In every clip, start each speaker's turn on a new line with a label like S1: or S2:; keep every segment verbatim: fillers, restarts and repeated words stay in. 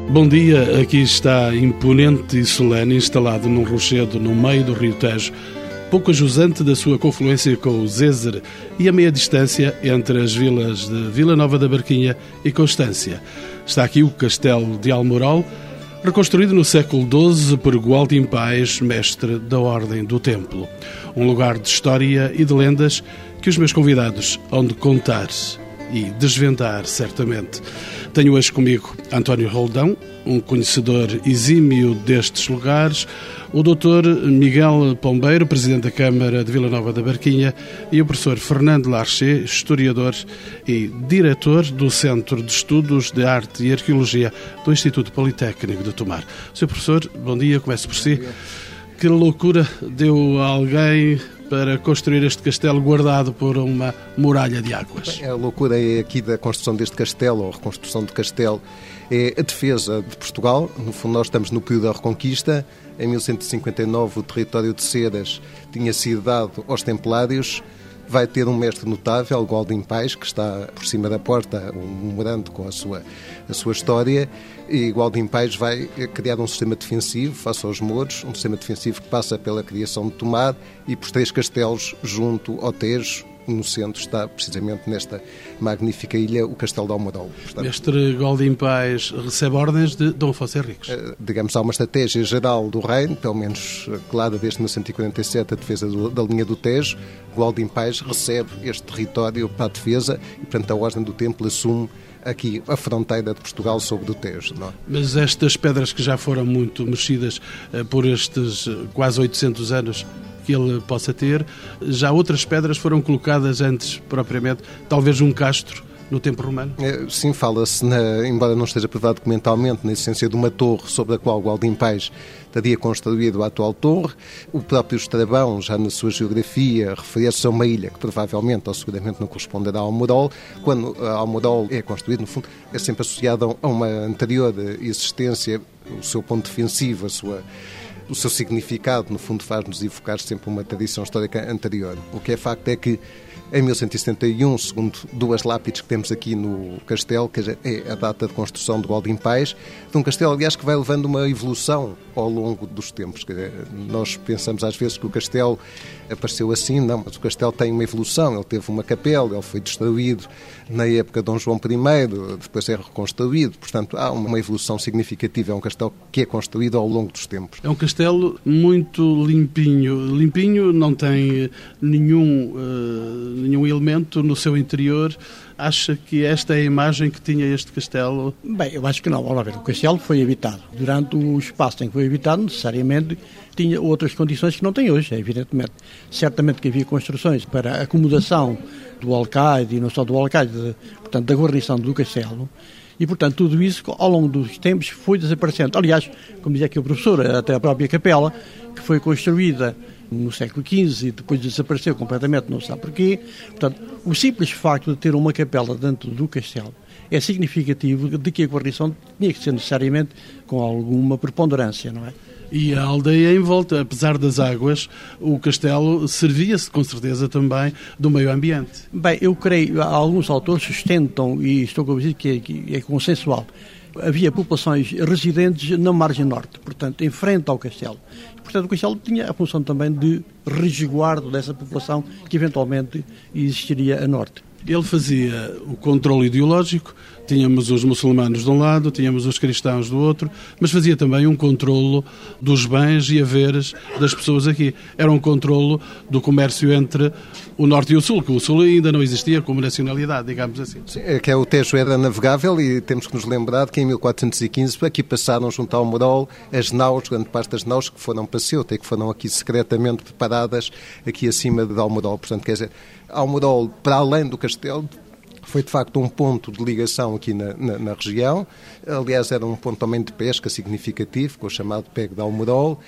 S1: Bom dia, aqui está imponente e solene, instalado num rochedo no meio do Rio Tejo, pouco ajusante da sua confluência com o Zézer e a meia distância entre as vilas de Vila Nova da Barquinha e Constância. Está aqui o Castelo de Almorol, reconstruído no século doze por Gualdim Pais, mestre da Ordem do Templo. Um lugar de história e de lendas que os meus convidados hão de contar e desvendar, certamente. Tenho hoje comigo António Roldão, um conhecedor exímio destes lugares, o doutor Miguel Pombeiro, presidente da Câmara de Vila Nova da Barquinha, e o professor Fernando Larcher, historiador e diretor do Centro de Estudos de Arte e Arqueologia do Instituto Politécnico de Tomar. senhor Professor, bom dia, começo por si. Que loucura deu a alguém para construir este castelo guardado por uma muralha de águas?
S2: A loucura é aqui da construção deste castelo, ou a reconstrução do castelo, é a defesa de Portugal. No fundo, nós estamos no período da Reconquista. Em mil cento e cinquenta e nove, o território de Ceras tinha sido dado aos Templários. Vai ter um mestre notável, Gualdim Pais, que está por cima da porta, um memorando com a sua, a sua história. E Gualdim Pais vai criar um sistema defensivo face aos mouros, um sistema defensivo que passa pela criação de Tomar e por três castelos junto ao Tejo. No centro está precisamente nesta magnífica ilha o Castelo de Almorol. Portanto,
S1: mestre Gualdim Pais recebe ordens de Dom Afonso Henriques.
S2: Uh, digamos, há uma estratégia geral do reino, pelo menos clara desde mil cento e quarenta e sete, a defesa do, da linha do Tejo. Gualdim Pais recebe este território para a defesa e, portanto, a Ordem do Templo assume aqui a fronteira de Portugal sobre o Tejo. Não é?
S1: Mas estas pedras que já foram muito mexidas uh, por estes uh, quase oitocentos anos que ele possa ter, já outras pedras foram colocadas antes, propriamente, talvez um castro no tempo romano?
S2: Sim, fala-se, na, embora não esteja provado documentalmente, na essência de uma torre sobre a qual Gualdim Pais teria construído a atual torre. O próprio Estrabão, já na sua geografia, referia-se a uma ilha que provavelmente ou seguramente não corresponderá ao Almorol. Quando a Almorol é construído, no fundo, é sempre associado a uma anterior existência, o seu ponto defensivo, a sua... O seu significado, no fundo, faz-nos evocar sempre uma tradição histórica anterior. O que é facto é que, em mil cento e setenta e um, segundo duas lápides que temos aqui no castelo, que é a data de construção de Gualdim Pais, de um castelo, aliás, que vai levando uma evolução ao longo dos tempos. Nós pensamos às vezes que o castelo apareceu assim, não, mas o castelo tem uma evolução. Ele teve uma capela, ele foi destruído na época de Dom João I, depois é reconstruído. Portanto, há uma evolução significativa. É um castelo que é construído ao longo dos tempos.
S1: É um castelo muito limpinho. Limpinho, não tem nenhum... Uh... nenhum elemento no seu interior. Acha que esta é a imagem que tinha este castelo?
S3: Bem, eu acho que não. Vamos ver, o castelo foi habitado. Durante o espaço em que foi habitado, necessariamente tinha outras condições que não tem hoje, evidentemente. Certamente que havia construções para acomodação do alcaide, e não só do alcaide, de, portanto, da guarnição do castelo. E, portanto, tudo isso, ao longo dos tempos, foi desaparecendo. Aliás, como dizia aqui o professor, até a própria capela, que foi construída no século quinze e depois desapareceu completamente, não se sabe porquê. Portanto, o simples facto de ter uma capela dentro do castelo é significativo de que a guarnição tinha que ser necessariamente com alguma preponderância, não é?
S1: E a aldeia em volta, apesar das águas, o castelo servia-se com certeza também do meio ambiente.
S3: Bem, eu creio, alguns autores sustentam, e estou convencido que é, que é consensual, havia populações residentes na margem norte, portanto, em frente ao castelo. Portanto, o castelo tinha a função também de resguardo dessa população que eventualmente existiria a norte.
S1: Ele fazia o controle ideológico, tínhamos os muçulmanos de um lado, tínhamos os cristãos do outro, mas fazia também um controlo dos bens e haveres das pessoas aqui. Era um controlo do comércio entre o norte e o sul, que o sul ainda não existia como nacionalidade, digamos assim.
S2: Sim, é que o Tejo era navegável e temos que nos lembrar que em mil quatrocentos e quinze aqui passaram junto ao Almorol as naus, grande parte das naus que foram para Ceuta e que foram aqui secretamente preparadas aqui acima de Almorol. Portanto, quer dizer, Almorol, para além do castelo, foi de facto um ponto de ligação aqui na, na, na região. Aliás, era um ponto também de pesca significativo, com o chamado Pego de Almorol.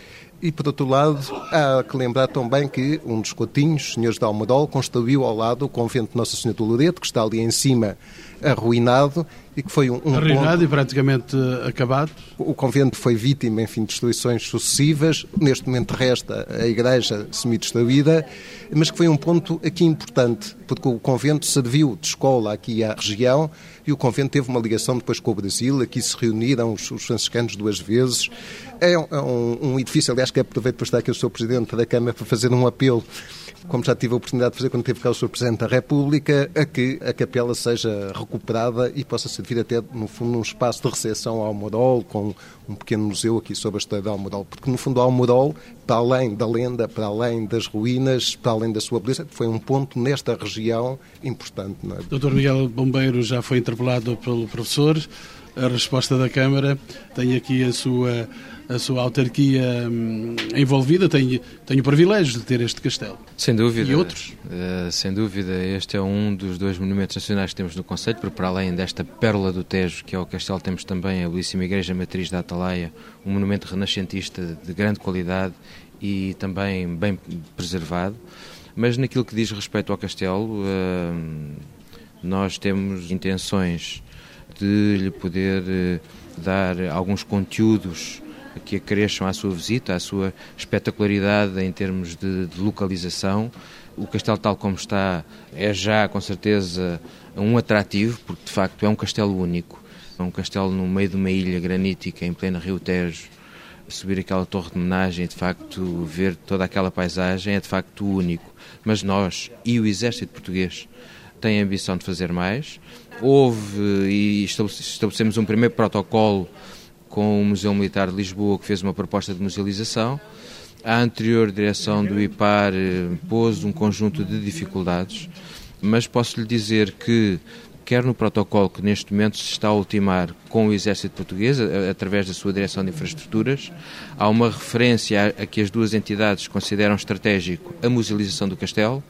S2: E, por outro lado, há que lembrar também que um dos Coutinhos, senhores de Almodol, construiu ao lado o convento de Nossa Senhora do Loreto, que está ali em cima, arruinado, e que foi um, um
S1: arruinado
S2: ponto...
S1: e praticamente acabado.
S2: O convento foi vítima, enfim, de destruições sucessivas. Neste momento resta a igreja semi-destruída, mas que foi um ponto aqui importante, porque o convento serviu de escola aqui à região e o convento teve uma ligação depois com o Brasil. Aqui se reuniram os, os franciscanos duas vezes. É um, um, um edifício, aliás, que aproveito para estar aqui o senhor Presidente da Câmara para fazer um apelo, como já tive a oportunidade de fazer quando teve cá o senhor Presidente da República, a que a capela seja recuperada e possa servir até, no fundo, um espaço de recepção ao Almodol, com um pequeno museu aqui sobre a história de Almodol. Porque, no fundo, Almodol, para além da lenda, para além das ruínas, para além da sua beleza, foi um ponto nesta região importante. Não é?
S1: doutor Miguel Bombeiro já foi interpelado pelo professor. A resposta da Câmara tem aqui a sua, a sua autarquia hum, envolvida, tem, tem o privilégio de ter este castelo.
S4: Sem dúvida.
S1: E outros?
S4: Uh, sem dúvida, este é um dos dois monumentos nacionais que temos no concelho, porque para além desta pérola do Tejo, que é o castelo, temos também a belíssima Igreja Matriz da Atalaia, um monumento renascentista de grande qualidade e também bem preservado. Mas naquilo que diz respeito ao castelo, uh, nós temos intenções de lhe poder eh, dar alguns conteúdos que acresçam à sua visita, à sua espetacularidade em termos de, de localização. O castelo, tal como está, é já com certeza um atrativo, porque de facto é um castelo único. É um castelo no meio de uma ilha granítica, em pleno Rio Tejo. Subir aquela torre de homenagem, de facto, ver toda aquela paisagem é de facto único. Mas nós e o Exército Português têm a ambição de fazer mais. Houve e estabelecemos um primeiro protocolo com o Museu Militar de Lisboa, que fez uma proposta de musealização. A anterior direção do I P A R pôs um conjunto de dificuldades, mas posso-lhe dizer que, quer no protocolo que neste momento se está a ultimar com o Exército Português, através da sua Direção de Infraestruturas, há uma referência a que as duas entidades consideram estratégico a musealização do castelo.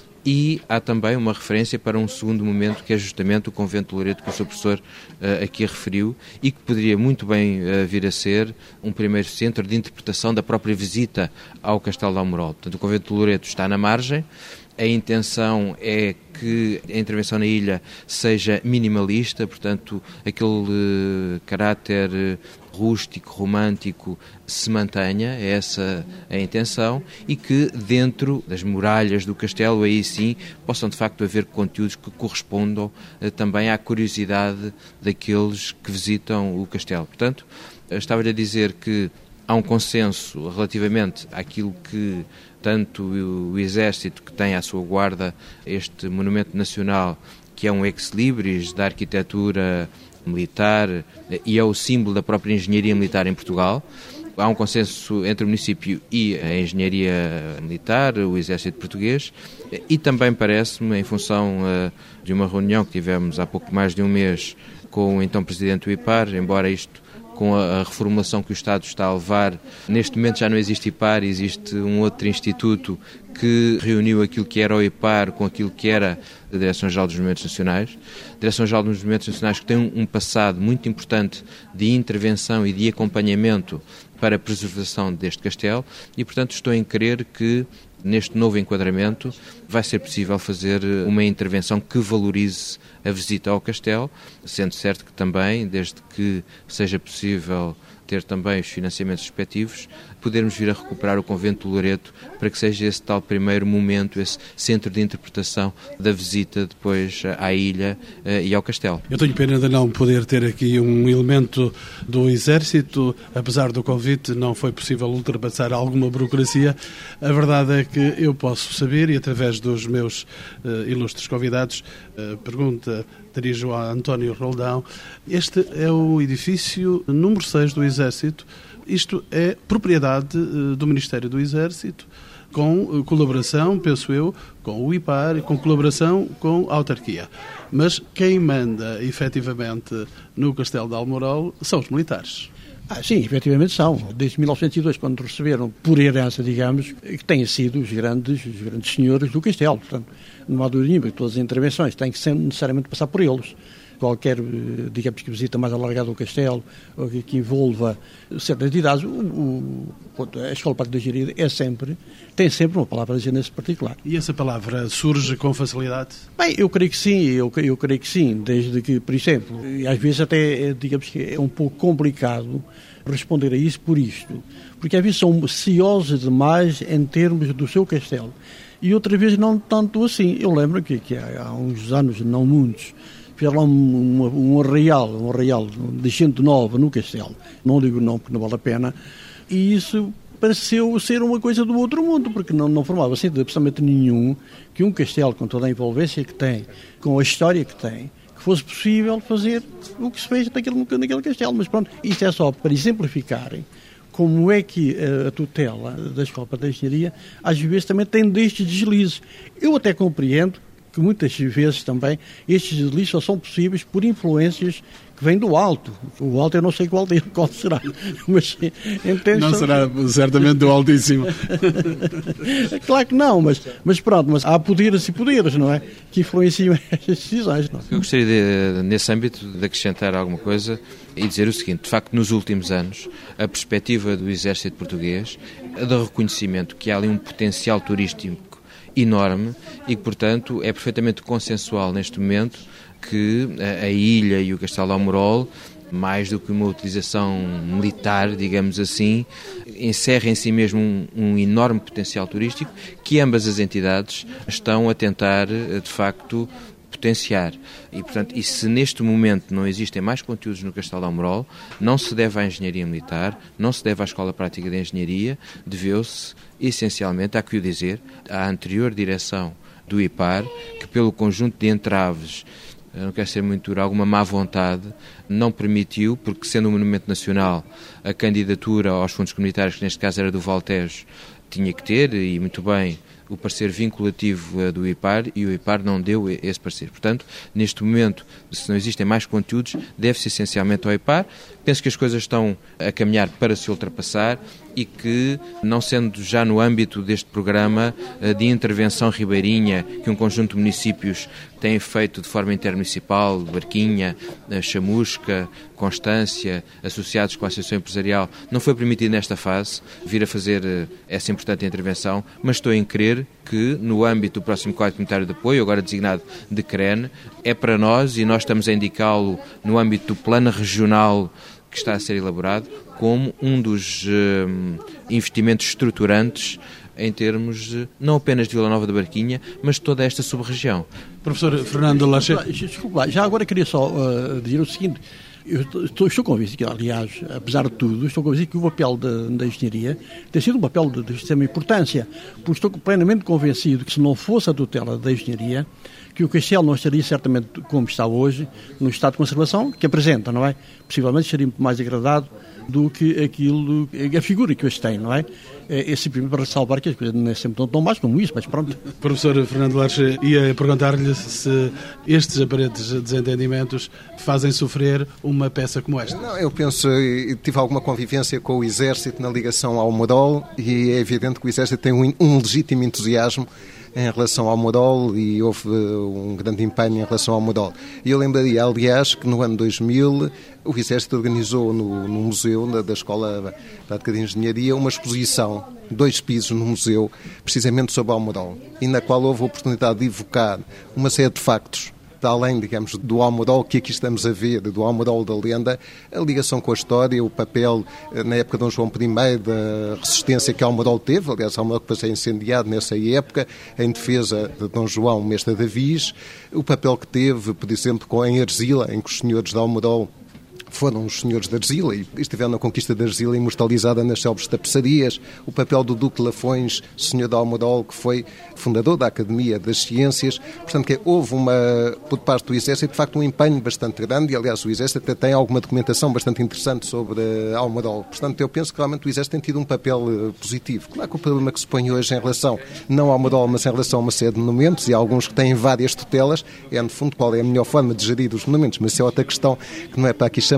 S4: E há também uma referência para um segundo momento, que é justamente o Convento de Loreto, que o senhor Professor uh, aqui referiu, e que poderia muito bem uh, vir a ser um primeiro centro de interpretação da própria visita ao Castelo de Almodol. Portanto, o Convento de Loreto está na margem. A intenção é que a intervenção na ilha seja minimalista, portanto, aquele uh, caráter uh, rústico, romântico, se mantenha, é essa a intenção, e que dentro das muralhas do castelo, aí sim, possam de facto haver conteúdos que correspondam uh, também à curiosidade daqueles que visitam o castelo. Portanto, uh, estava-lhe a dizer que há um consenso relativamente àquilo que tanto o Exército, que tem à sua guarda este monumento nacional, que é um ex-libris da arquitetura militar e é o símbolo da própria engenharia militar em Portugal. Há um consenso entre o município e a engenharia militar, o Exército Português, e também parece-me, em função uh, de uma reunião que tivemos há pouco mais de um mês com o então Presidente do I P A R, embora isto com a reformulação que o Estado está a levar, neste momento já não existe I P A R, existe um outro instituto que reuniu aquilo que era o I P A R com aquilo que era a Direção-Geral dos Monumentos Nacionais. A Direção-Geral dos Monumentos Nacionais, que tem um passado muito importante de intervenção e de acompanhamento para a preservação deste castelo, e portanto estou em crer que neste novo enquadramento vai ser possível fazer uma intervenção que valorize a visita ao castelo, sendo certo que também, desde que seja possível ter também os financiamentos respectivos, podermos vir a recuperar o Convento de Loreto para que seja esse tal primeiro momento, esse centro de interpretação da visita depois à ilha e ao castelo.
S1: Eu tenho pena de não poder ter aqui um elemento do Exército, apesar do convite não foi possível ultrapassar alguma burocracia. A verdade é que eu posso saber, e através dos meus uh, ilustres convidados, uh, pergunta dirijo a António Roldão, este é o edifício número seis do Exército. Isto é propriedade uh, do Ministério do Exército, com uh, colaboração, penso eu, com o I P A R e com colaboração com a autarquia. Mas quem manda, efetivamente, no Castelo de Almodol são os militares.
S3: Ah, sim, efetivamente são. Desde mil novecentos e dois, quando receberam por herança, digamos, que têm sido os grandes, os grandes senhores do castelo. Portanto, não há dúvida nenhuma que todas as intervenções têm que ser necessariamente passar por eles. qualquer, digamos que visita mais alargada ao castelo, ou que, que envolva certas entidades, o, o, a Escola Prática de Engenharia é sempre, tem sempre uma palavra a dizer nesse particular.
S1: E essa palavra surge com facilidade?
S3: Bem, eu creio que sim, eu, eu creio que sim, desde que, por exemplo, e às vezes até, digamos que é um pouco complicado responder a isso por isto, porque às vezes são ciosos demais em termos do seu castelo, e outra vez não tanto assim. Eu lembro que, que há uns anos, não muitos, fizeram lá um, um, um arraial, um arraial de gente nova no castelo, não digo não porque não vale a pena, e isso pareceu ser uma coisa do outro mundo, porque não, não formava sentido absolutamente nenhum que um castelo, com toda a envolvência que tem, com a história que tem, que fosse possível fazer o que se fez naquele, naquele castelo. Mas pronto, isto é só para exemplificarem como é que a tutela da Escola Prática de Engenharia às vezes também tem destes deslizes. Eu até compreendo que muitas vezes também estes deslizes só são possíveis por influências que vêm do alto. O alto eu não sei qual, qual será, mas entendo.
S1: Não será certamente do altíssimo.
S3: Claro que não, mas, mas pronto, mas há poderes e poderes, não é? Que influenciam estas decisões. Não?
S4: Eu gostaria, de, nesse âmbito, de acrescentar alguma coisa e dizer o seguinte: de facto, nos últimos anos, a perspectiva do Exército Português, do reconhecimento que há ali um potencial turístico enorme e que, portanto, é perfeitamente consensual neste momento que a, a ilha e o Castelo de Almorol, mais do que uma utilização militar, digamos assim, encerra em si mesmo um, um enorme potencial turístico que ambas as entidades estão a tentar, de facto, potenciar. E, portanto, e se neste momento não existem mais conteúdos no Castelo de Almorol, não se deve à engenharia militar, não se deve à Escola Prática de Engenharia, deveu-se essencialmente, há que o dizer, à anterior direção do I P A R, que pelo conjunto de entraves, não quero ser muito duro, alguma má vontade, não permitiu, porque sendo um monumento nacional, a candidatura aos fundos comunitários, que neste caso era do Valtejo, tinha que ter, e muito bem, o parecer vinculativo do I P A R, e o I P A R não deu esse parecer. Portanto, neste momento, se não existem mais conteúdos, deve-se essencialmente ao I P A R. Penso que as coisas estão a caminhar para se ultrapassar e que, não sendo já no âmbito deste programa de intervenção ribeirinha, que um conjunto de municípios têm feito de forma intermunicipal, Barquinha, Chamusca, Constância, associados com a Associação Empresarial, não foi permitido nesta fase vir a fazer essa importante intervenção, mas estou em crer que no âmbito do próximo quadro comunitário de apoio, agora designado de C R E N, é para nós, e nós estamos a indicá-lo no âmbito do plano regional que está a ser elaborado, como um dos uh, investimentos estruturantes em termos de, não apenas de Vila Nova da Barquinha, mas de toda esta sub-região.
S1: Professor Fernando Lache.
S3: Desculpa, já agora queria só uh, dizer o seguinte: eu estou, estou convencido que, aliás, apesar de tudo, estou convencido que o papel da, da engenharia tem sido um papel de, de extrema importância, porque estou plenamente convencido que se não fosse a tutela da engenharia, que o castelo não estaria certamente como está hoje, no estado de conservação que apresenta, não é? Possivelmente estaria muito mais agradado do que aquilo, a figura que hoje tem, não é? É simplesmente para ressalvar que as coisas não é sempre tão, tão mais como isso, mas pronto.
S1: Professor Fernando Lache, ia perguntar-lhe se estes aparentes desentendimentos fazem sofrer uma peça como esta.
S2: Não, eu penso, eu tive alguma convivência com o Exército na ligação ao Almorol e é evidente que o Exército tem um, um legítimo entusiasmo em relação ao Almorol e houve um grande empenho em relação ao Almorol. E eu lembraria, aliás, que no ano dois mil o Exército organizou no, no museu na, da Escola Prática de Engenharia uma exposição, dois pisos no museu, precisamente sobre o Almorol, e na qual houve a oportunidade de evocar uma série de factos, para além, digamos, do Almorol que aqui estamos a ver, do Almorol da lenda, a ligação com a história, o papel, na época de Dom João I, da resistência que Almorol teve, aliás, Almorol que foi incendiado nessa época, em defesa de Dom João, mestre de Davis, o papel que teve, por exemplo, com em Arzila, em que os senhores de Almorol foram os senhores de Arzila e estiveram na conquista de Arzila imortalizada nas célebres tapeçarias, o papel do Duque Lafões, senhor de Almorol, que foi fundador da Academia das Ciências. Portanto, que houve uma, por parte do Exército, de facto, um empenho bastante grande e, aliás, o Exército até tem alguma documentação bastante interessante sobre Almorol. Portanto, eu penso que realmente o Exército tem tido um papel positivo. Claro que o problema que se põe hoje em relação, não ao Almorol, mas em relação a uma série de monumentos, e alguns que têm várias tutelas, é, no fundo, qual é a melhor forma de gerir os monumentos. Mas isso é outra questão que não é para aqui chamar.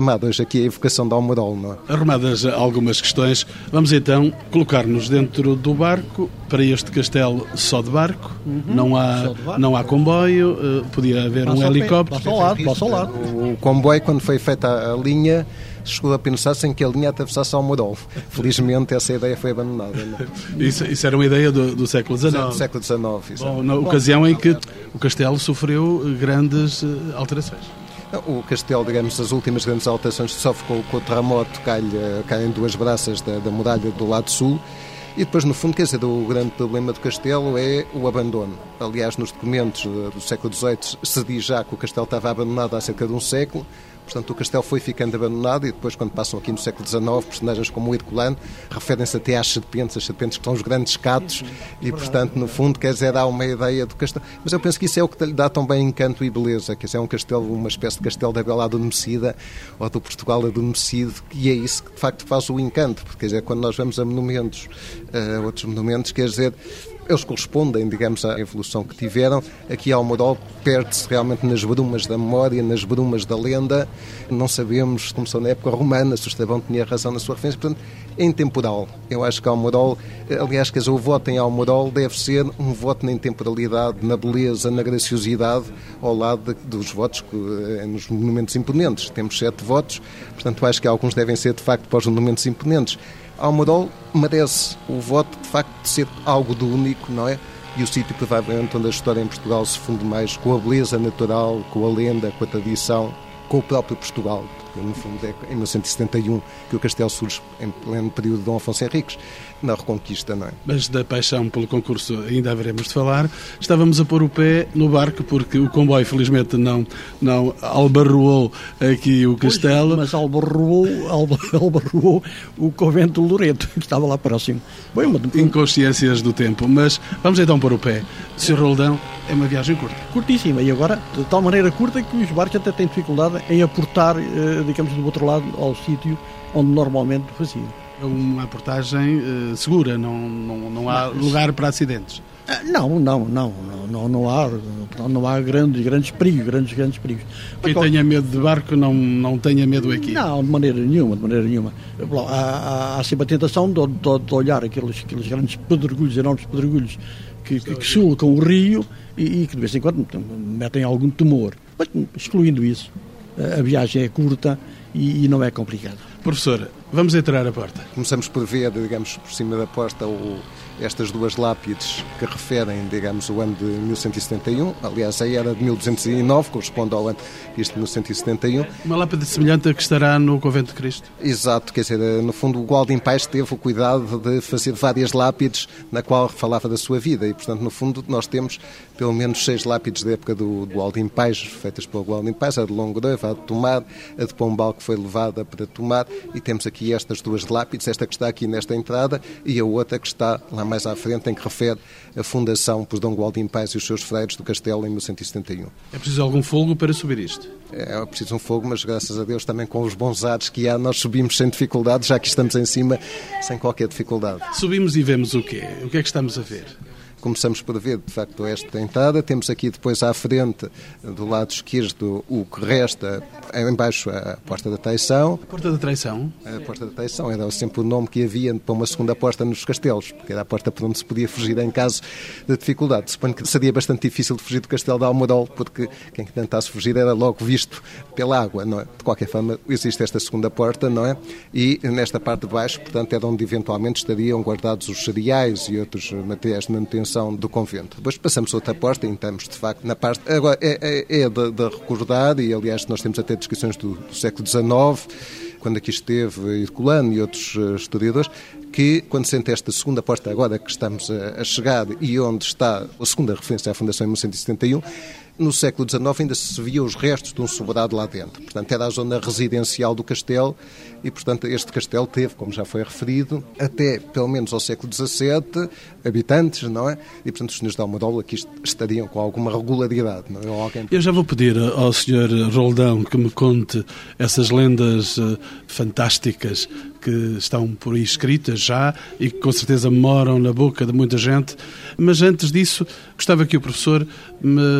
S2: chamado hoje aqui a evocação de Almodol, não é?
S1: Arrumadas algumas questões, vamos então colocar-nos dentro do barco, para este castelo só de barco, uhum. não, há, barco. não há comboio, podia haver passa um helicóptero.
S3: Passa ao lado, passa ao lado.
S2: O comboio, quando foi feita a linha, chegou a pensar sem que a linha atravessasse Almodol. Felizmente essa ideia foi abandonada.
S1: Isso, isso era uma ideia do, do século dezenove.
S2: Do século dezenove.
S1: Bom, na ocasião em que o castelo sofreu grandes alterações.
S2: O castelo, digamos, as últimas grandes alterações que sofre com, com o terremoto, caem duas braças da, da muralha do lado sul. E depois, no fundo, quer dizer, o grande problema do castelo é o abandono. Aliás, nos documentos do século dezoito se diz já que o castelo estava abandonado há cerca de um século. Portanto, o castelo foi ficando abandonado e depois, quando passam aqui no século dezenove, personagens como o Herculano referem-se até às serpentes, as serpentes que são os grandes catos e, portanto, no fundo, quer dizer, há uma ideia do castelo. Mas eu penso que isso é o que lhe dá também encanto e beleza, quer dizer, é um castelo, uma espécie de castelo da Bela adormecida ou do Portugal adormecido, e é isso que, de facto, faz o encanto, porque, quer dizer, quando nós vamos a monumentos, a outros monumentos, quer dizer, eles correspondem, digamos, à evolução que tiveram. Aqui Almodol perde-se realmente nas brumas da memória, nas brumas da lenda. Não sabemos se começou na época romana, se o Estrabão tinha razão na sua referência. Portanto, é intemporal. Eu acho que Almodol, aliás, quer dizer, o voto em Almodol deve ser um voto na intemporalidade, na beleza, na graciosidade, ao lado de, dos votos que, nos monumentos imponentes. Temos sete votos, portanto, acho que alguns devem ser, de facto, para os monumentos imponentes. Almodol merece o voto, de facto, de ser algo do único, não é? E o sítio, provavelmente, onde a história em Portugal se funde mais com a beleza natural, com a lenda, com a tradição, com o próprio Portugal. Porque, no fundo, é em mil cento e setenta e um que o castelo surge em pleno período de Dom Afonso Henriques, na Reconquista, não é?
S1: Mas da paixão pelo concurso ainda haveremos de falar. Estávamos a pôr o pé no barco porque o comboio, felizmente, não, não albarroou aqui o castelo.
S3: Pois, mas albarroou, albarroou o convento de Loreto, que estava lá próximo. Foi uma...
S1: Inconsciências do tempo. Mas vamos então pôr o pé. senhor Roldão, é uma viagem curta.
S3: Curtíssima, e agora de tal maneira curta que os barcos até têm dificuldade em aportar, digamos, do outro lado ao sítio onde normalmente faziam.
S1: É uma aportagem uh, segura, não, não, não há Mas... lugar para acidentes.
S3: Não, não, não, não, não, não há, não há grandes, grandes perigos, grandes, grandes perigos.
S1: Quem Mas, tenha medo de barco não, não tenha medo aqui.
S3: Não, de maneira nenhuma, de maneira nenhuma. Há, há, há sempre a tentação de, de, de olhar aqueles, aqueles grandes pedregulhos, enormes pedregulhos que, que, que sulcam o rio e, e que de vez em quando metem algum temor. Mas, excluindo isso, a viagem é curta e, e não é complicada.
S1: Professor, vamos entrar à porta.
S2: Começamos por ver, digamos, por cima da porta o, estas duas lápides que referem, digamos, o ano de mil cento e setenta e um. Aliás, a era de mil duzentos e nove, corresponde ao ano isto de mil cento e setenta e um.
S1: Uma lápide semelhante a que estará no Convento de Cristo.
S2: Exato, quer dizer, no fundo o Gualdim Paes teve o cuidado de fazer várias lápides na qual falava da sua vida e, portanto, no fundo nós temos pelo menos seis lápides da época do, do Gualdim Paes, feitas pelo Gualdim Paes, a de Longoreiva, a de Tomar, a de Pombal, que foi levada para Tomar, e temos aqui estas duas lápides, esta que está aqui nesta entrada e a outra que está lá mais à frente, em que refere a fundação por Dom Gualdim Paes e os seus freiros do castelo em mil cento e setenta e um.
S1: É preciso algum fogo para subir isto?
S2: É preciso um fogo, mas graças a Deus também com os bons ares que há, nós subimos sem dificuldade, já que estamos em cima, sem qualquer dificuldade.
S1: Subimos e vemos o quê? O que é que estamos a ver?
S2: Começamos por ver, de facto, esta entrada. Temos aqui depois à frente, do lado esquerdo, o que resta, embaixo, a Porta da Traição.
S1: A Porta da Traição?
S2: A Porta da Traição era sempre o nome que havia para uma segunda porta nos castelos, porque era a porta por onde se podia fugir em caso de dificuldade. Suponho que seria bastante difícil de fugir do castelo de Almodol, porque quem tentasse fugir era logo visto pela água, não é? De qualquer forma, existe esta segunda porta, não é? E nesta parte de baixo, portanto, era onde eventualmente estariam guardados os cereais e outros materiais de manutenção do convento. Depois passamos a outra porta e entramos, de facto, na parte... Agora, é, é, é de, de recordar, e aliás nós temos até descrições do, do século dezenove, quando aqui esteve Herculano e outros uh, historiadores, que quando se entra esta segunda porta agora que estamos a, a chegar e onde está a segunda referência à fundação em mil cento e setenta e um, no século dezenove ainda se via os restos de um sobrado lá dentro. Portanto, era a zona residencial do castelo e, portanto, este castelo teve, como já foi referido, até pelo menos ao século dezassete, habitantes, não é? E, portanto, os senhores de Almodol aqui estariam com alguma regularidade, não é? Alguém...
S1: Eu já vou pedir ao senhor Roldão que me conte essas lendas uh, fantásticas que estão por aí escritas já e que com certeza moram na boca de muita gente, mas antes disso gostava que o professor me falasse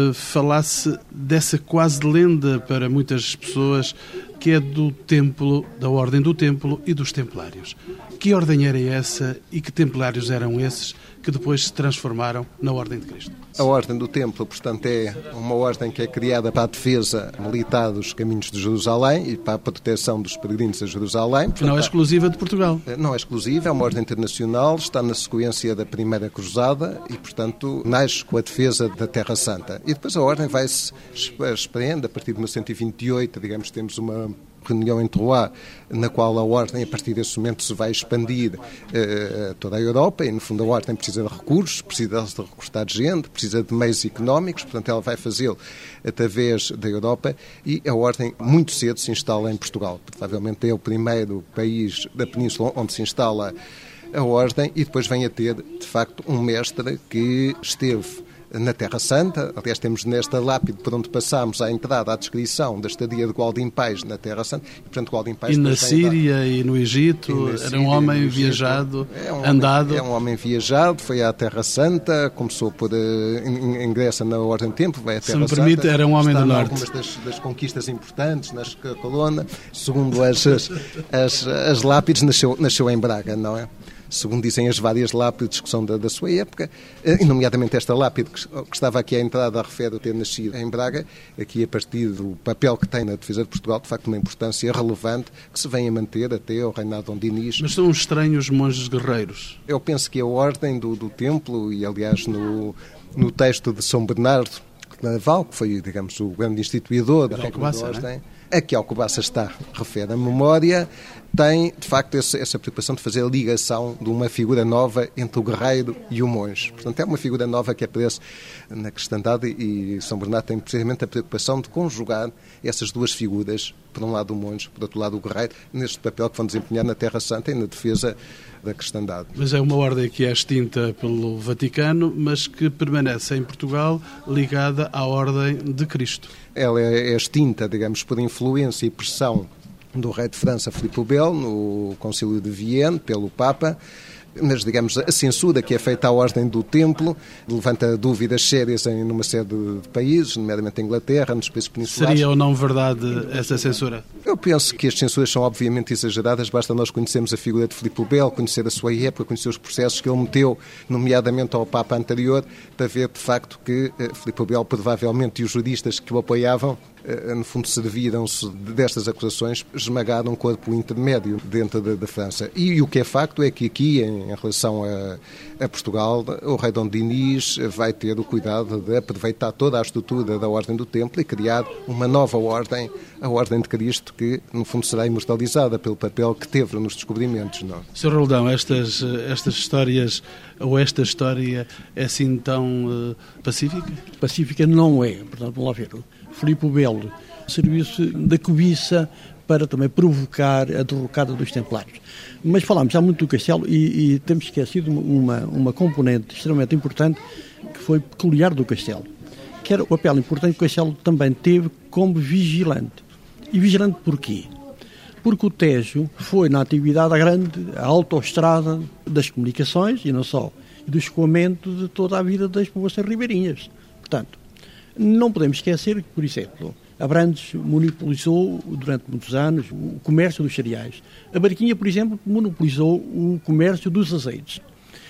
S1: falasse dessa quase lenda para muitas pessoas que é do templo, da Ordem do Templo e dos Templários. Que ordem era essa e que templários eram esses que depois se transformaram na Ordem de Cristo?
S2: A Ordem do Templo, portanto, é uma ordem que é criada para a defesa militar dos caminhos de Jerusalém e para a proteção dos peregrinos a Jerusalém. Portanto,
S1: não é exclusiva de Portugal.
S2: Não é exclusiva, é uma ordem internacional, está na sequência da Primeira Cruzada e, portanto, nasce com a defesa da Terra Santa. E depois a ordem vai-se expreendendo a partir de mil cento e vinte e oito, digamos, temos uma reunião em Troyes, na qual a ordem, a partir desse momento, se vai expandir uh, a toda a Europa e, no fundo, a ordem precisa de recursos, precisa de recrutar gente, precisa de meios económicos, portanto, ela vai fazê-lo através da Europa e a ordem muito cedo se instala em Portugal. Provavelmente é o primeiro país da Península onde se instala a ordem e depois vem a ter, de facto, um mestre que esteve na Terra Santa. Aliás, temos nesta lápide por onde passamos a entrada, a descrição da estadia de Gualdim Pais na Terra Santa. E, portanto, Gualdim Pais
S1: e na Síria dar... e no Egito, e era Síria, um homem viajado,
S2: é um
S1: andado.
S2: Homem, é um homem viajado, foi à Terra Santa, começou por uh, ingressa na Ordem do Tempo, vai à Terra Santa.
S1: Se me permite, era um homem do Norte.
S2: Algumas das, das conquistas importantes na coluna. Segundo as, as, as, as lápides, nasceu, nasceu em Braga, não é? Segundo dizem as várias lápides que são da, da sua época, e nomeadamente esta lápide que, que estava aqui à entrada, refere a ter nascido em Braga, aqui a partir do papel que tem na defesa de Portugal, de facto uma importância relevante que se vem a manter até ao reinado de Dom Dinis.
S1: Mas são estranhos monges guerreiros.
S2: Eu penso que a ordem do, do templo, e aliás no, no texto de São Bernardo de Claraval, que foi, digamos, o grande instituidor da regra da ordem, a que Alcobaça está, refere a memória, tem, de facto, essa, essa preocupação de fazer a ligação de uma figura nova entre o guerreiro e o monge. Portanto, é uma figura nova que aparece na cristandade e São Bernardo tem precisamente a preocupação de conjugar essas duas figuras, por um lado o monge, por outro lado o guerreiro, neste papel que vão desempenhar na Terra Santa e na defesa da cristandade.
S1: Mas é uma ordem que é extinta pelo Vaticano, mas que permanece em Portugal ligada à Ordem de Cristo.
S2: Ela é extinta, digamos, por influência e pressão do rei de França, Filipe o Belo, no Concílio de Vienne, pelo Papa, mas, digamos, a censura que é feita à Ordem do Templo levanta dúvidas sérias em numa série de países, nomeadamente a Inglaterra, nos países peninsulares.
S1: Seria ou não verdade essa censura?
S2: Eu penso que as censuras são obviamente exageradas, basta nós conhecermos a figura de Filipe o Belo, conhecer a sua época, conhecer os processos que ele meteu, nomeadamente ao Papa anterior, para ver de facto que uh, Filipe o Belo, provavelmente, e os juristas que o apoiavam, no fundo serviram-se destas acusações, esmagaram um corpo intermédio dentro da, da França. E, e o que é facto é que aqui, em, em relação a, a Portugal, o rei Dom Dinis vai ter o cuidado de aproveitar toda a estrutura da Ordem do Templo e criar uma nova ordem, a Ordem de Cristo, que no fundo será imortalizada pelo papel que teve nos descobrimentos. Não?
S1: senhor Roldão, estas, estas histórias, ou esta história é assim tão uh, pacífica?
S3: Pacífica não é, portanto, vamos lá ver. Filipe o Belo serviu-se da cobiça para também provocar a derrocada dos Templários. Mas falámos já muito do Castelo e, e temos esquecido uma, uma componente extremamente importante que foi peculiar do Castelo, que era o papel importante que o Castelo também teve como vigilante. E vigilante porquê? Porque o Tejo foi, na atividade a grande, a autoestrada das comunicações, e não só, e do escoamento de toda a vida das povoações ribeirinhas. Portanto, não podemos esquecer que, por exemplo, Abrantes monopolizou durante muitos anos o comércio dos cereais. A Barquinha, por exemplo, monopolizou o comércio dos azeites.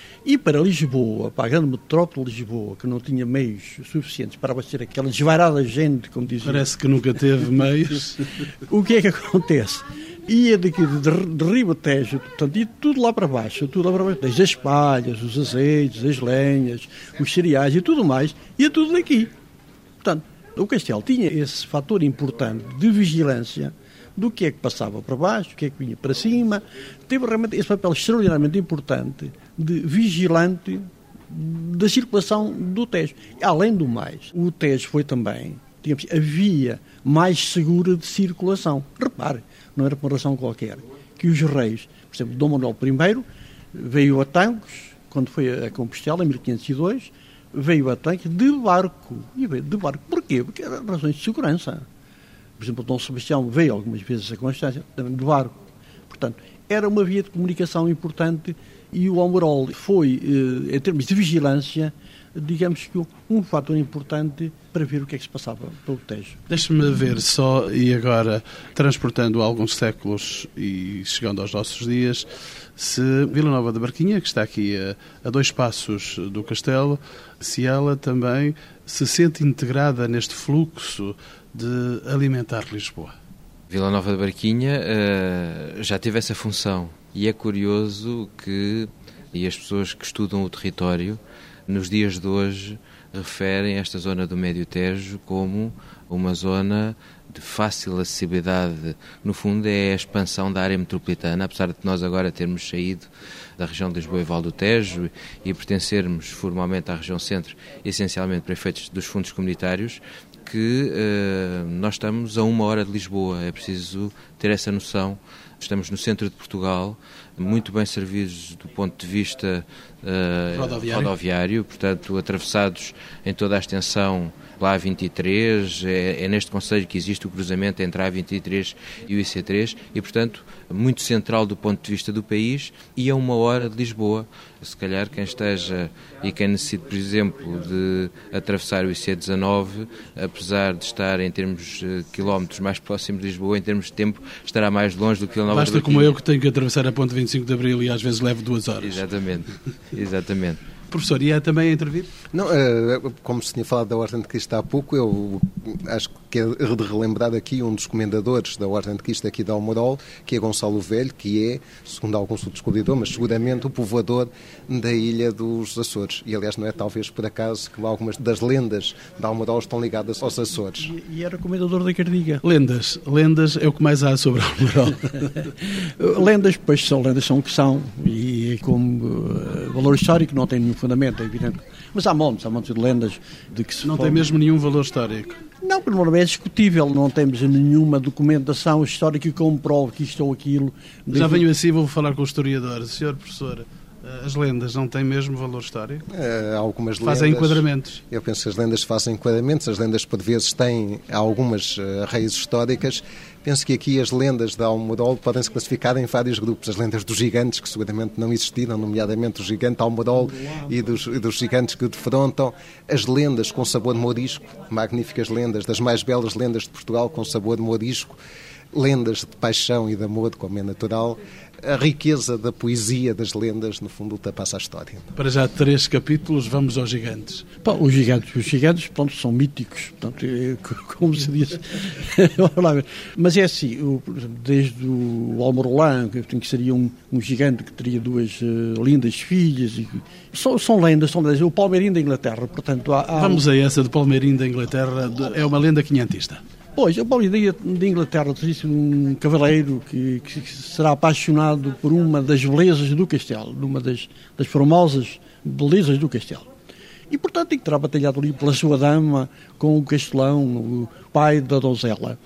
S3: E para Lisboa, para a grande metrópole de Lisboa, que não tinha meios suficientes para abastecer aquela desvairada gente, como dizia...
S1: Parece que nunca teve meios.
S3: O que é que acontece? Ia daqui de, de, de Ribatejo, portanto, ia tudo lá para baixo, tudo lá para baixo, desde as palhas, os azeites, as lenhas, os cereais e tudo mais, ia tudo daqui. Portanto, o Castelo tinha esse fator importante de vigilância do que é que passava para baixo, o que é que vinha para cima. Teve realmente esse papel extraordinariamente importante de vigilante da circulação do Tejo. Além do mais, o Tejo foi também, digamos, a via mais segura de circulação. Repare, não era por uma razão qualquer, que os reis, por exemplo, Dom Manuel I veio a Tancos, quando foi a Compostela, em mil quinhentos e dois, veio a Tancos de barco. E veio de barco. Porquê? Porque eram razões de segurança. Por exemplo, Dom Sebastião veio algumas vezes a Constância também de barco. Portanto, era uma via de comunicação importante e o Almorol foi, em termos de vigilância, digamos que, um fator importante para ver o que é que se passava pelo Tejo.
S1: Deixe-me ver só, e agora, transportando alguns séculos e chegando aos nossos dias, se Vila Nova da Barquinha, que está aqui a, a dois passos do castelo, se ela também se sente integrada neste fluxo de alimentar Lisboa.
S4: Vila Nova da Barquinha uh, já teve essa função e é curioso que e as pessoas que estudam o território nos dias de hoje referem esta zona do Médio Tejo como uma zona de fácil acessibilidade. No fundo é a expansão da área metropolitana, apesar de nós agora termos saído da região de Lisboa e Val do Tejo e pertencermos formalmente à região centro, essencialmente para efeitos dos fundos comunitários, que uh, nós estamos a uma hora de Lisboa. É preciso ter essa noção. Estamos no centro de Portugal, muito bem servidos do ponto de vista uh,
S1: rodoviário.
S4: rodoviário, portanto, atravessados em toda a extensão pela A vinte e três, é, é neste concelho que existe o cruzamento entre a A vinte e três e o I C três e, portanto, muito central do ponto de vista do país e a uma hora de Lisboa. Se calhar quem esteja e quem necessite, por exemplo, de atravessar o I C dezanove, apesar de estar em termos de quilómetros mais próximo de Lisboa, em termos de tempo, estará mais longe do que Vila Nova da
S1: Basta
S4: Barquinha.
S1: como eu que tenho que atravessar a ponte vinte e cinco de Abril e às vezes levo duas horas.
S4: Exatamente, exatamente.
S1: Professor, ia também a intervir?
S2: Não, como se tinha falado da Ordem de Cristo há pouco, eu acho que é de relembrar aqui um dos comendadores da Ordem de Cristo aqui de Almodóvar, que é Gonçalo Velho, que é, segundo alguns o descobridor, mas seguramente o povoador da ilha dos Açores. E, aliás, não é talvez por acaso que algumas das lendas de Almodóvar estão ligadas aos Açores.
S3: E, e era comendador da Cardiga.
S1: Lendas. Lendas é o que mais há sobre Almodóvar.
S3: Lendas, pois são lendas, são o que são. E como uh, valor histórico não tem nenhum fundamento, é evidente. Mas há montes, há montes de lendas de que se
S1: Não
S3: pode...
S1: tem mesmo nenhum valor histórico.
S3: Não, pelo menos é discutível, não temos nenhuma documentação histórica que comprove que isto ou aquilo.
S1: Já venho assim, vou falar com o historiador. Senhor professor, as lendas não têm mesmo valor histórico?
S2: Uh, algumas
S1: fazem
S2: lendas,
S1: enquadramentos.
S2: Eu penso que as lendas fazem enquadramentos, as lendas por vezes têm algumas uh, raízes históricas. Penso que aqui as lendas de Almodóvar podem-se classificar em vários grupos. As lendas dos gigantes, que seguramente não existiram, nomeadamente o gigante Almodóvar e dos, e dos gigantes que o defrontam. As lendas com sabor mourisco, magníficas lendas, das mais belas lendas de Portugal com sabor mourisco. Lendas de paixão e de amor, como é natural. A riqueza da poesia das lendas, no fundo, ultrapassa a história.
S1: Para já três capítulos, vamos aos gigantes.
S3: Bom, os gigantes, os gigantes pronto, são míticos, portanto, é, como se diz. Mas é assim, o, desde o Almorolã, que seria um, um gigante que teria duas uh, lindas filhas, e, são, são lendas, são lendas. O Palmeirinho da Inglaterra, portanto... Há, há
S1: vamos um... a essa de Palmeirinho da Inglaterra, é uma lenda quinhentista.
S3: Pois, o Palmeirinho da Inglaterra existe um cavaleiro que, que será apaixonado por uma das belezas do castelo, uma das, das formosas belezas do castelo. E, portanto, tem que terá batalhado ali pela sua dama com o castelão, o pai da donzela.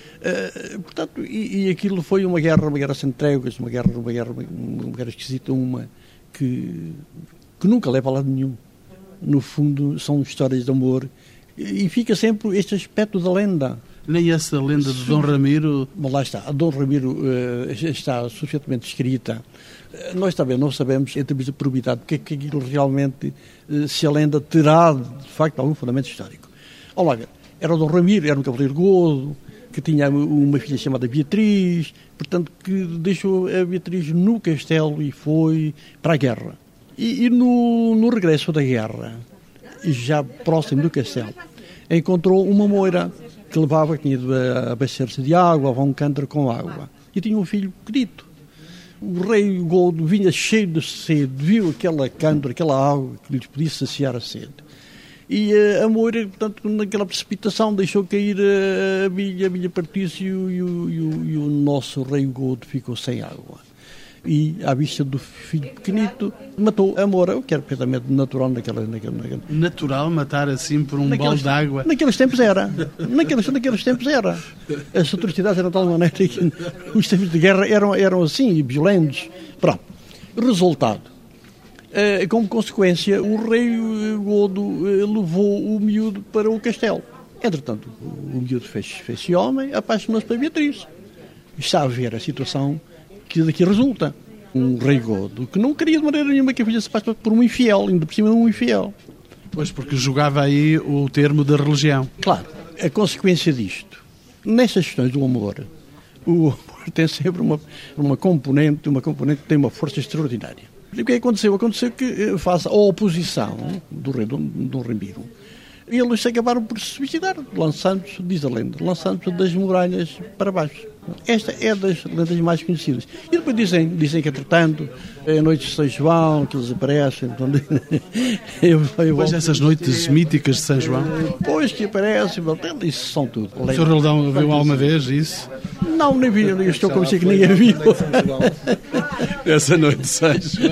S3: Uh, portanto, e, e aquilo foi uma guerra, uma guerra sem tréguas, uma guerra, uma guerra, uma guerra esquisita, uma que, que nunca leva a lado nenhum. No fundo, são histórias de amor e fica sempre este aspecto da lenda.
S1: Nem essa lenda de Dom Ramiro...
S3: Bom, lá está. A Dom Ramiro uh, está suficientemente escrita. Uh, nós também não sabemos, em termos de probidade, porque é que aquilo realmente, uh, se a lenda terá, de facto, algum fundamento histórico. Olha lá, era o Dom Ramiro, era um cavaleiro godo, que tinha uma filha chamada Beatriz, portanto, que deixou a Beatriz no castelo e foi para a guerra. E, e no, no regresso da guerra, já próximo do castelo, encontrou uma moira que levava, que tinha de abastecer-se de água, levava um cântaro com água. E tinha um filho pequenito. O rei Godo vinha cheio de sede, viu aquela cântaro, aquela água que lhes podia saciar a sede. E uh, a moira, portanto, naquela precipitação, deixou cair uh, a bilha, a bilha partiu-se e, o, e, o, e, o, e o nosso rei Godo ficou sem água. E, à vista do filho pequenito, matou a moura, o que era perfeitamente natural naquela... naquela, naquela...
S1: Natural matar assim por um
S3: naqueles,
S1: balde de água?
S3: Naqueles tempos era. Naqueles, naqueles tempos era. As atrocidades eram de tal maneira que os tempos de guerra eram, eram assim, violentos. Pronto. Resultado. Uh, como consequência, o rei Godo uh, levou o miúdo para o castelo. Entretanto, o miúdo fez-se fez homem, apaixonou-se para Beatriz. Está a ver a situação que daqui resulta. Um rei Godo que não queria de maneira nenhuma que a filha se passasse por um infiel, ainda por cima de um infiel.
S1: Pois, porque jogava aí o termo da religião.
S3: Claro, a consequência disto, nessas questões do amor, o amor tem sempre uma, uma componente, uma componente que tem uma força extraordinária. E o que aconteceu? Aconteceu que, face à oposição do rei Dom Ramiro, eles acabaram por se suicidar, lançando-se, diz a lenda, lançando-se das muralhas para baixo. Esta é das lendas mais conhecidas. E depois dizem, dizem que, entretanto, é a noite de São João, que eles aparecem. eu, eu
S1: Pois essas noites míticas de São João.
S3: Pois que aparecem, isso são tudo.
S1: O senhor Roldão viu alguma vez isso?
S3: Não, nem vi, eu estou como se que ninguém viu.
S1: Essa noite de São João.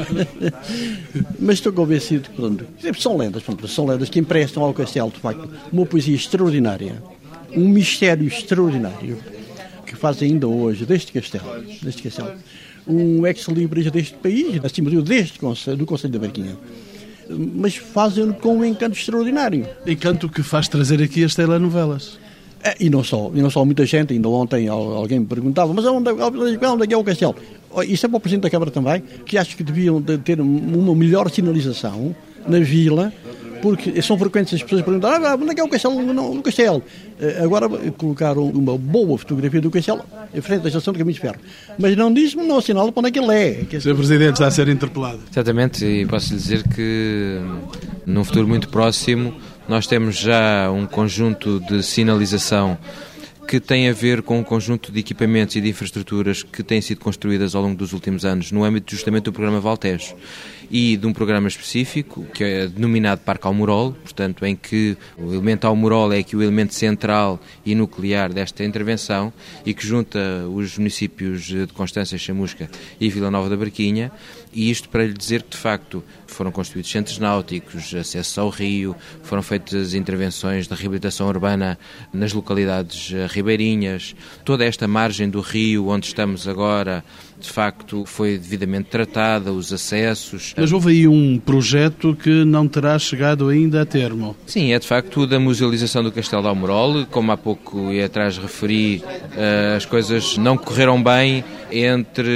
S3: Mas estou convencido que, pronto, são lendas, pronto, são lendas que emprestam ao castelo, de facto, uma poesia extraordinária, um mistério extraordinário, que faz ainda hoje, deste castelo, deste castelo, um ex-libris deste país, acima de tudo, deste conselho, do Conselho da Barquinha. Mas fazem-no com um encanto extraordinário.
S1: Encanto que faz trazer aqui as telenovelas.
S3: É, e não só, e não só muita gente, ainda ontem alguém me perguntava, mas onde, onde é que é o castelo? Isso é para o Presidente da Câmara também, que acho que deviam de ter uma melhor sinalização na vila, porque são frequentes as pessoas perguntarem, ah, onde é que é o castelo? Não, no castelo. Agora colocaram uma boa fotografia do castelo em frente da estação de Caminhos de Ferro, mas não diz, não assinala para onde é que ele é.
S1: O senhor Presidente está a ser interpelado.
S4: Exatamente, e posso lhe dizer que num futuro muito próximo nós temos já um conjunto de sinalização que tem a ver com um conjunto de equipamentos e de infraestruturas que têm sido construídas ao longo dos últimos anos no âmbito justamente do programa Valtejo e de um programa específico que é denominado Parque Almorol, portanto em que o elemento Almorol é aqui o elemento central e nuclear desta intervenção e que junta os municípios de Constância, Chamusca e Vila Nova da Barquinha, e isto para lhe dizer que de facto foram construídos centros náuticos, acesso ao rio, foram feitas intervenções de reabilitação urbana nas localidades ribeirinhas, toda esta margem do rio onde estamos agora de facto foi devidamente tratada, os acessos.
S1: Mas houve aí um projeto que não terá chegado ainda a termo.
S4: Sim, é de facto da musealização do Castelo de Almorol, como há pouco e atrás referi, as coisas não correram bem entre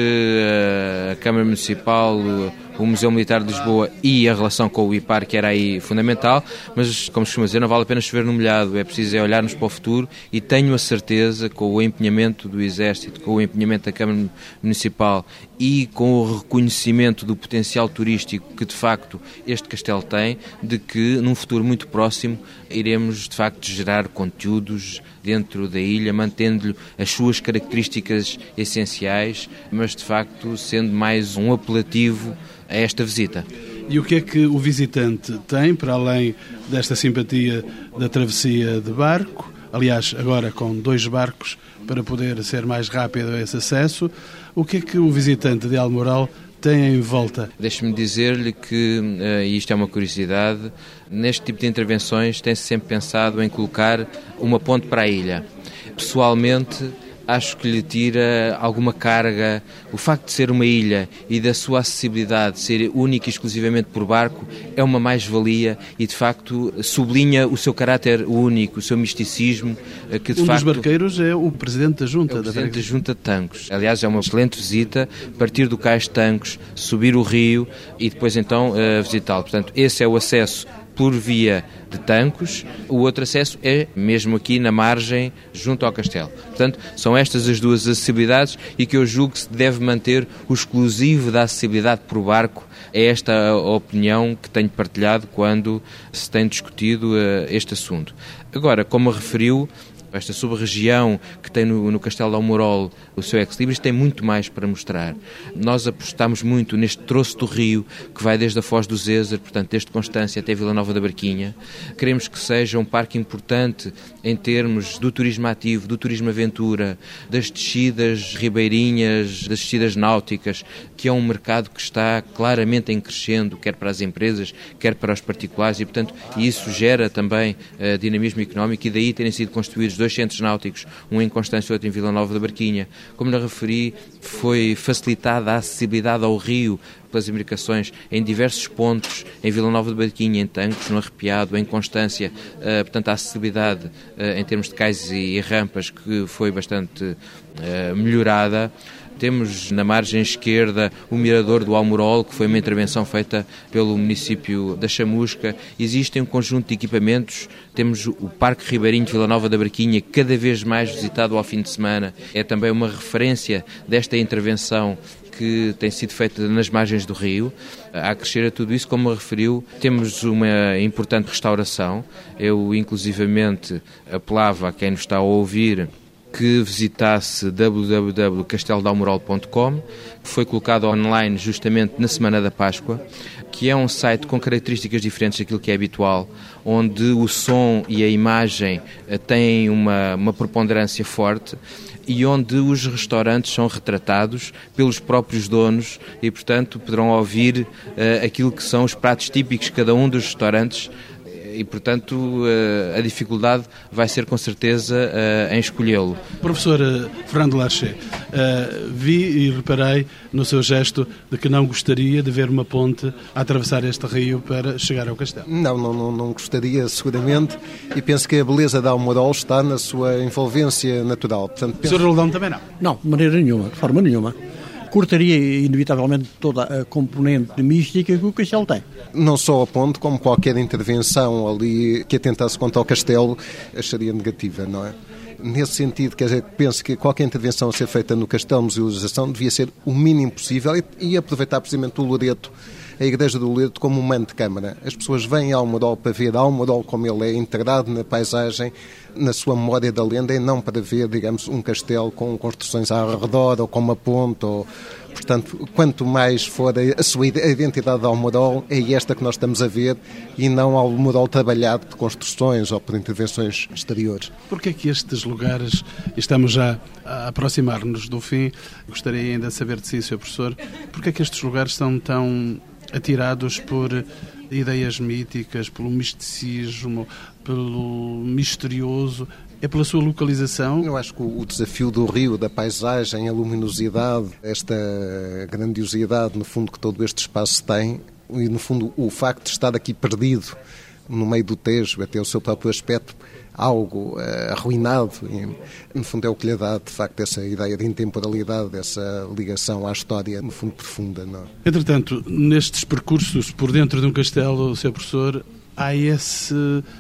S4: a Câmara Municipal, o Museu Militar de Lisboa e a relação com o I P A R, que era aí fundamental, mas, como se costuma dizer, não vale a pena chover no molhado, é preciso é olharmos para o futuro e tenho a certeza, com o empenhamento do Exército, com o empenhamento da Câmara Municipal e com o reconhecimento do potencial turístico que, de facto, este castelo tem, de que, num futuro muito próximo, iremos, de facto, gerar conteúdos dentro da ilha, mantendo-lhe as suas características essenciais, mas, de facto, sendo mais um apelativo a esta visita.
S1: E o que é que o visitante tem, para além desta simpatia da travessia de barco, aliás, agora com dois barcos para poder ser mais rápido esse acesso, o que é que o visitante de Almorol tem em volta?
S4: Deixe-me dizer-lhe que, e isto é uma curiosidade, neste tipo de intervenções tem-se sempre pensado em colocar uma ponte para a ilha. Pessoalmente, acho que lhe tira alguma carga o facto de ser uma ilha e da sua acessibilidade ser única e exclusivamente por barco é uma mais-valia e de facto sublinha o seu caráter único, o seu misticismo, que de
S1: um
S4: facto...
S1: dos barqueiros é o Presidente da Junta.
S4: É o Presidente da Junta de Tancos. Aliás, é uma excelente visita, partir do cais de Tancos, subir o rio e depois então uh, visitá-lo. Portanto, esse é o acesso por via de Tancos, o outro acesso é mesmo aqui na margem, junto ao castelo. Portanto, são estas as duas acessibilidades e que eu julgo que se deve manter o exclusivo da acessibilidade por barco. É esta a opinião que tenho partilhado quando se tem discutido uh, este assunto. Agora, como referiu, esta sub-região que tem no, no Castelo de Almorol o seu ex-libris tem muito mais para mostrar. Nós apostamos muito neste troço do rio que vai desde a Foz do Zézer, portanto desde Constância até Vila Nova da Barquinha. Queremos que seja um parque importante em termos do turismo ativo, do turismo aventura, das descidas ribeirinhas, das descidas náuticas, que é um mercado que está claramente em crescendo, quer para as empresas, quer para os particulares e, portanto, isso gera também uh, dinamismo económico e daí terem sido construídos dois centros náuticos, um em Constância e outro em Vila Nova da Barquinha. Como lhe referi, foi facilitada a acessibilidade ao rio pelas embarcações em diversos pontos, em Vila Nova da Barquinha, em Tancos, no Arrepiado, em Constância, uh, portanto a acessibilidade uh, em termos de cais e, e rampas que foi bastante uh, melhorada. Temos na margem esquerda o Mirador do Almorol, que foi uma intervenção feita pelo município da Chamusca. Existem um conjunto de equipamentos. Temos o Parque Ribeirinho de Vila Nova da Barquinha, cada vez mais visitado ao fim de semana. É também uma referência desta intervenção que tem sido feita nas margens do rio. A acrescer a tudo isso, como referiu, temos uma importante restauração. Eu, inclusivamente, apelava a quem nos está a ouvir que visitasse w w w ponto castelo de almorol ponto com, que foi colocado online justamente na Semana da Páscoa, que é um site com características diferentes daquilo que é habitual, onde o som e a imagem têm uma, uma preponderância forte e onde os restaurantes são retratados pelos próprios donos e, portanto, poderão ouvir uh, aquilo que são os pratos típicos de cada um dos restaurantes. E, portanto, a dificuldade vai ser, com certeza, em escolhê-lo.
S1: Professor Fernando Larcher, vi e reparei no seu gesto de que não gostaria de ver uma ponte a atravessar este rio para chegar ao castelo.
S2: Não, não, não, não gostaria, seguramente, e penso que a beleza da Almorol está na sua envolvência natural. Portanto, penso...
S1: O senhor Roldão também não?
S3: Não, de maneira nenhuma, de forma nenhuma. Cortaria, inevitavelmente, toda a componente mística que o castelo tem.
S2: Não só a ponte, como qualquer intervenção ali que atentasse contra o castelo, acharia negativa, não é? Nesse sentido, quer dizer, penso que qualquer intervenção a ser feita no castelo, musealização, devia ser o mínimo possível e, e aproveitar precisamente o Loreto, a Igreja do Loreto, como um manto de câmara. As pessoas vêm ao Almorol para ver Almorol como ele é, integrado na paisagem, na sua memória da lenda, e não para ver, digamos, um castelo com construções ao redor ou com uma ponte. Ou... Portanto, quanto mais for a sua identidade de Almorol, é esta que nós estamos a ver e não Almorol trabalhado por construções ou por intervenções exteriores.
S1: Porquê é que estes lugares, estamos já a aproximar-nos do fim, gostaria ainda de saber de si, senhor professor, porquê é que estes lugares são tão atirados por ideias míticas, pelo misticismo, pelo misterioso? É pela sua localização?
S2: Eu acho que o desafio do rio, da paisagem, a luminosidade, esta grandiosidade, no fundo, que todo este espaço tem, e, no fundo, o facto de estar aqui perdido no meio do Tejo, até o seu próprio aspecto, algo uh, arruinado, e, no fundo, é o que lhe dá, de facto, essa ideia de intemporalidade, essa ligação à história, no fundo, profunda. Não?
S1: Entretanto, nestes percursos por dentro de um castelo, senhor professor, há esse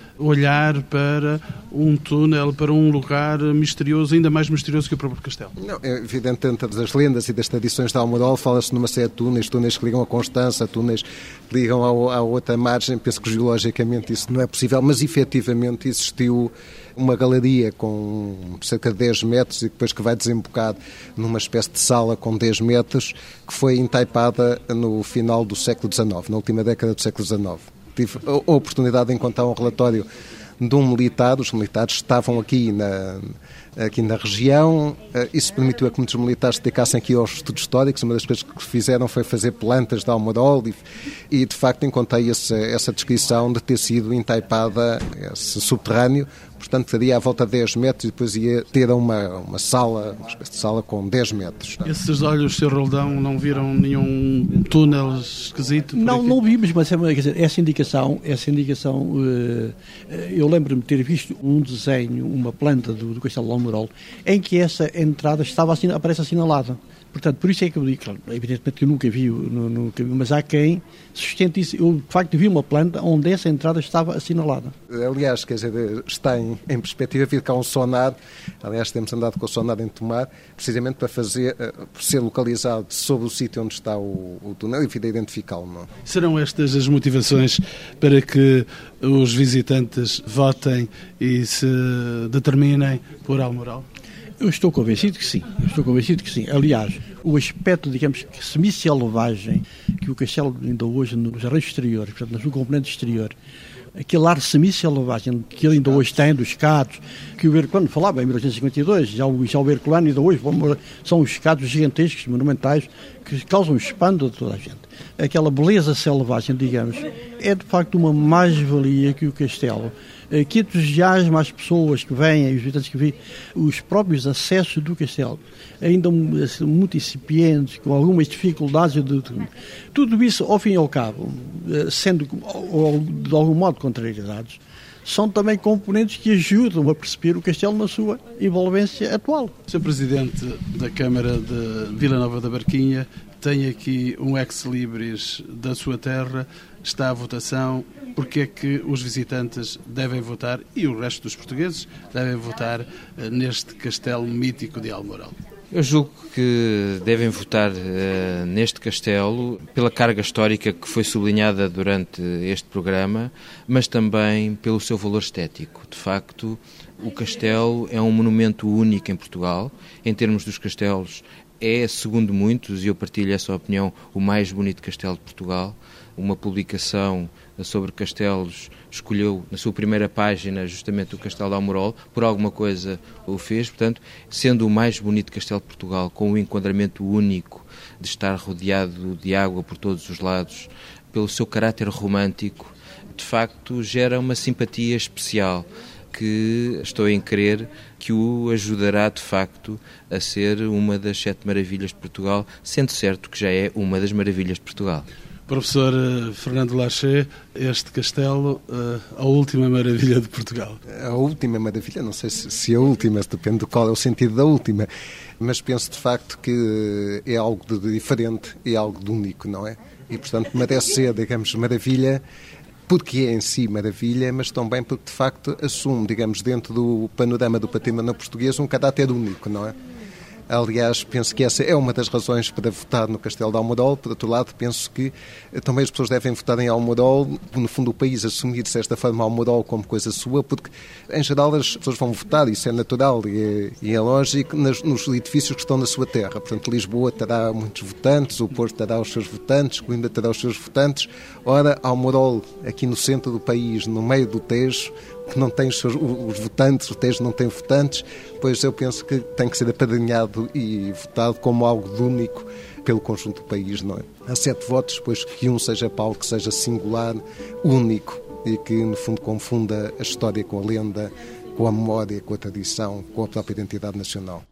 S1: olhar para um túnel, para um lugar misterioso, ainda mais misterioso que o próprio castelo.
S2: Não, é evidente, dentro das lendas e das tradições de Almorol, fala-se numa série de túneis, túneis que ligam a Constança, túneis que ligam à, à outra margem. Penso que geologicamente isso não é possível, mas efetivamente existiu uma galeria com cerca de dez metros e depois que vai desembocar numa espécie de sala com dez metros, que foi entaipada no final do século dezenove, na última década do século dezenove. Tive a oportunidade de encontrar um relatório de um militar. Os militares estavam aqui na, aqui na região. Isso permitiu a que muitos militares se dedicassem aqui aos estudos históricos. Uma das coisas que fizeram foi fazer plantas de Almorol e, e de facto, encontrei essa, essa descrição de ter sido entaipada esse subterrâneo. Portanto, teria à volta de dez metros e depois ia ter uma, uma sala, uma espécie de sala com dez metros.
S1: Esses olhos, senhor Roldão, não viram nenhum túnel esquisito?
S3: Não, não vimos, mas quer dizer, essa indicação, essa indicação eu lembro-me de ter visto um desenho, uma planta do, do Castelo de Almorol, em que essa entrada estava assim, aparece assinalada. Portanto, por isso é que eu digo, claro, evidentemente que eu nunca vi, nunca vi, mas há quem sustente isso. Eu, de facto, vi uma planta onde essa entrada estava assinalada.
S2: Aliás, quer dizer, está em, em perspectiva vir cá um sonar. Aliás, temos andado com o sonar em Tomar, precisamente para fazer, por ser localizado sobre o sítio onde está o, o túnel e vir identificá-lo. Não?
S1: Serão estas as motivações para que os visitantes votem e se determinem por Almorol?
S3: Eu estou convencido que sim, eu estou convencido que sim. Aliás, o aspecto, digamos, semi-selvagem que o castelo ainda hoje nos arranjos exteriores, portanto, na sua componente exterior, aquele ar semi-selvagem que ele ainda hoje tem, dos cados, que o Herculano falava em mil oitocentos e cinquenta e dois, já o, já o Herculano ainda hoje, são os cados gigantescos, monumentais, que causam espanto a toda a gente. Aquela beleza selvagem, digamos, é de facto uma mais-valia que o castelo, que entusiasma as pessoas que vêm, os visitantes que vêm, os próprios acessos do castelo, ainda muito incipientes, com algumas dificuldades. De, de, tudo isso, ao fim e ao cabo, sendo de algum modo contrariedades, são também componentes que ajudam a perceber o castelo na sua envolvência atual.
S1: senhor Presidente da Câmara de Vila Nova da Barquinha tem aqui um ex-libris da sua terra, está à votação. Porque é que os visitantes devem votar, e o resto dos portugueses, devem votar neste castelo mítico de Almorol?
S4: Eu julgo que devem votar uh, neste castelo pela carga histórica que foi sublinhada durante este programa, mas também pelo seu valor estético. De facto, o castelo é um monumento único em Portugal. Em termos dos castelos, é, segundo muitos, e eu partilho essa opinião, o mais bonito castelo de Portugal. Uma publicação sobre castelos escolheu na sua primeira página justamente o Castelo de Almorol, por alguma coisa o fez, portanto, sendo o mais bonito castelo de Portugal, com o enquadramento único de estar rodeado de água por todos os lados, pelo seu caráter romântico, de facto gera uma simpatia especial que estou em crer que o ajudará de facto a ser uma das sete maravilhas de Portugal, sendo certo que já é uma das maravilhas de Portugal.
S1: Professor Fernando Lachê, este castelo, a última maravilha de Portugal.
S2: A última maravilha, não sei se a última, depende de qual é o sentido da última, mas penso de facto que é algo de diferente, é algo de único, não é? E portanto merece ser, digamos, maravilha, porque é em si maravilha, mas também porque de facto assume, digamos, dentro do panorama do património português um caráter único, não é? Aliás, penso que essa é uma das razões para votar no Castelo de Almorol. Por outro lado, penso que também as pessoas devem votar em Almorol, no fundo o país assumir-se desta forma Almorol como coisa sua, porque em geral as pessoas vão votar, isso é natural e é, e é lógico, nas, nos edifícios que estão na sua terra. Portanto, Lisboa terá muitos votantes, o Porto terá os seus votantes, Coimbra terá os seus votantes. Ora, Almorol, aqui no centro do país, no meio do Tejo, que não tem os, seus, os votantes, o Tejo não tem votantes, pois eu penso que tem que ser apadrinhado e votado como algo de único pelo conjunto do país, não é? Há sete votos, pois que um seja para algo que seja singular, único e que, no fundo, confunda a história com a lenda, com a memória, com a tradição, com a própria identidade nacional.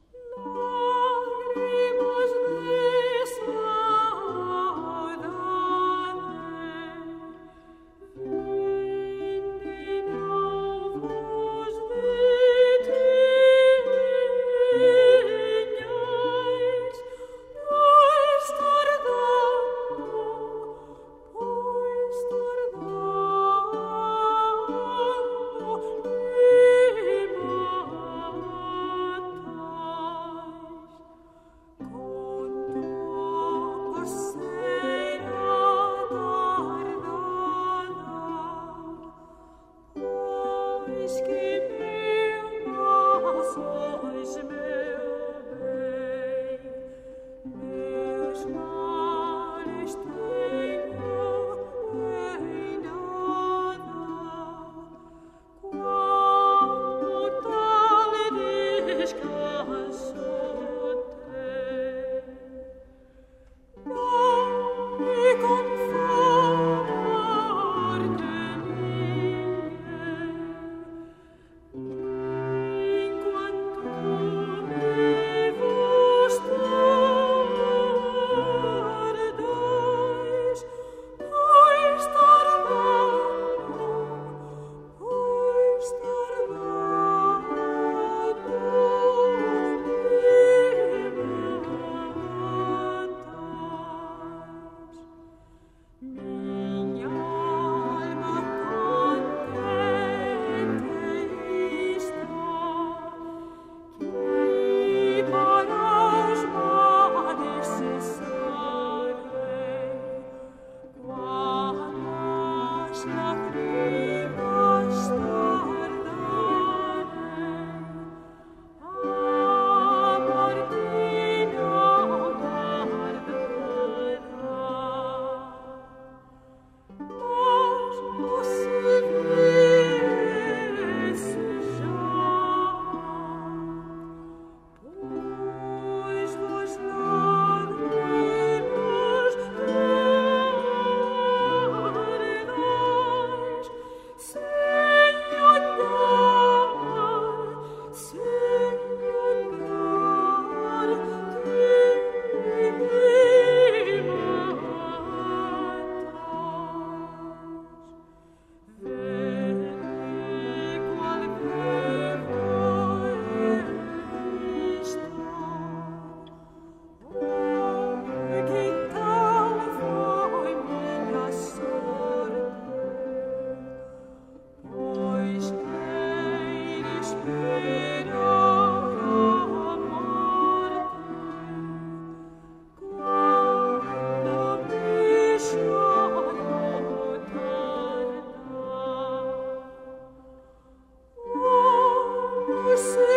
S5: você.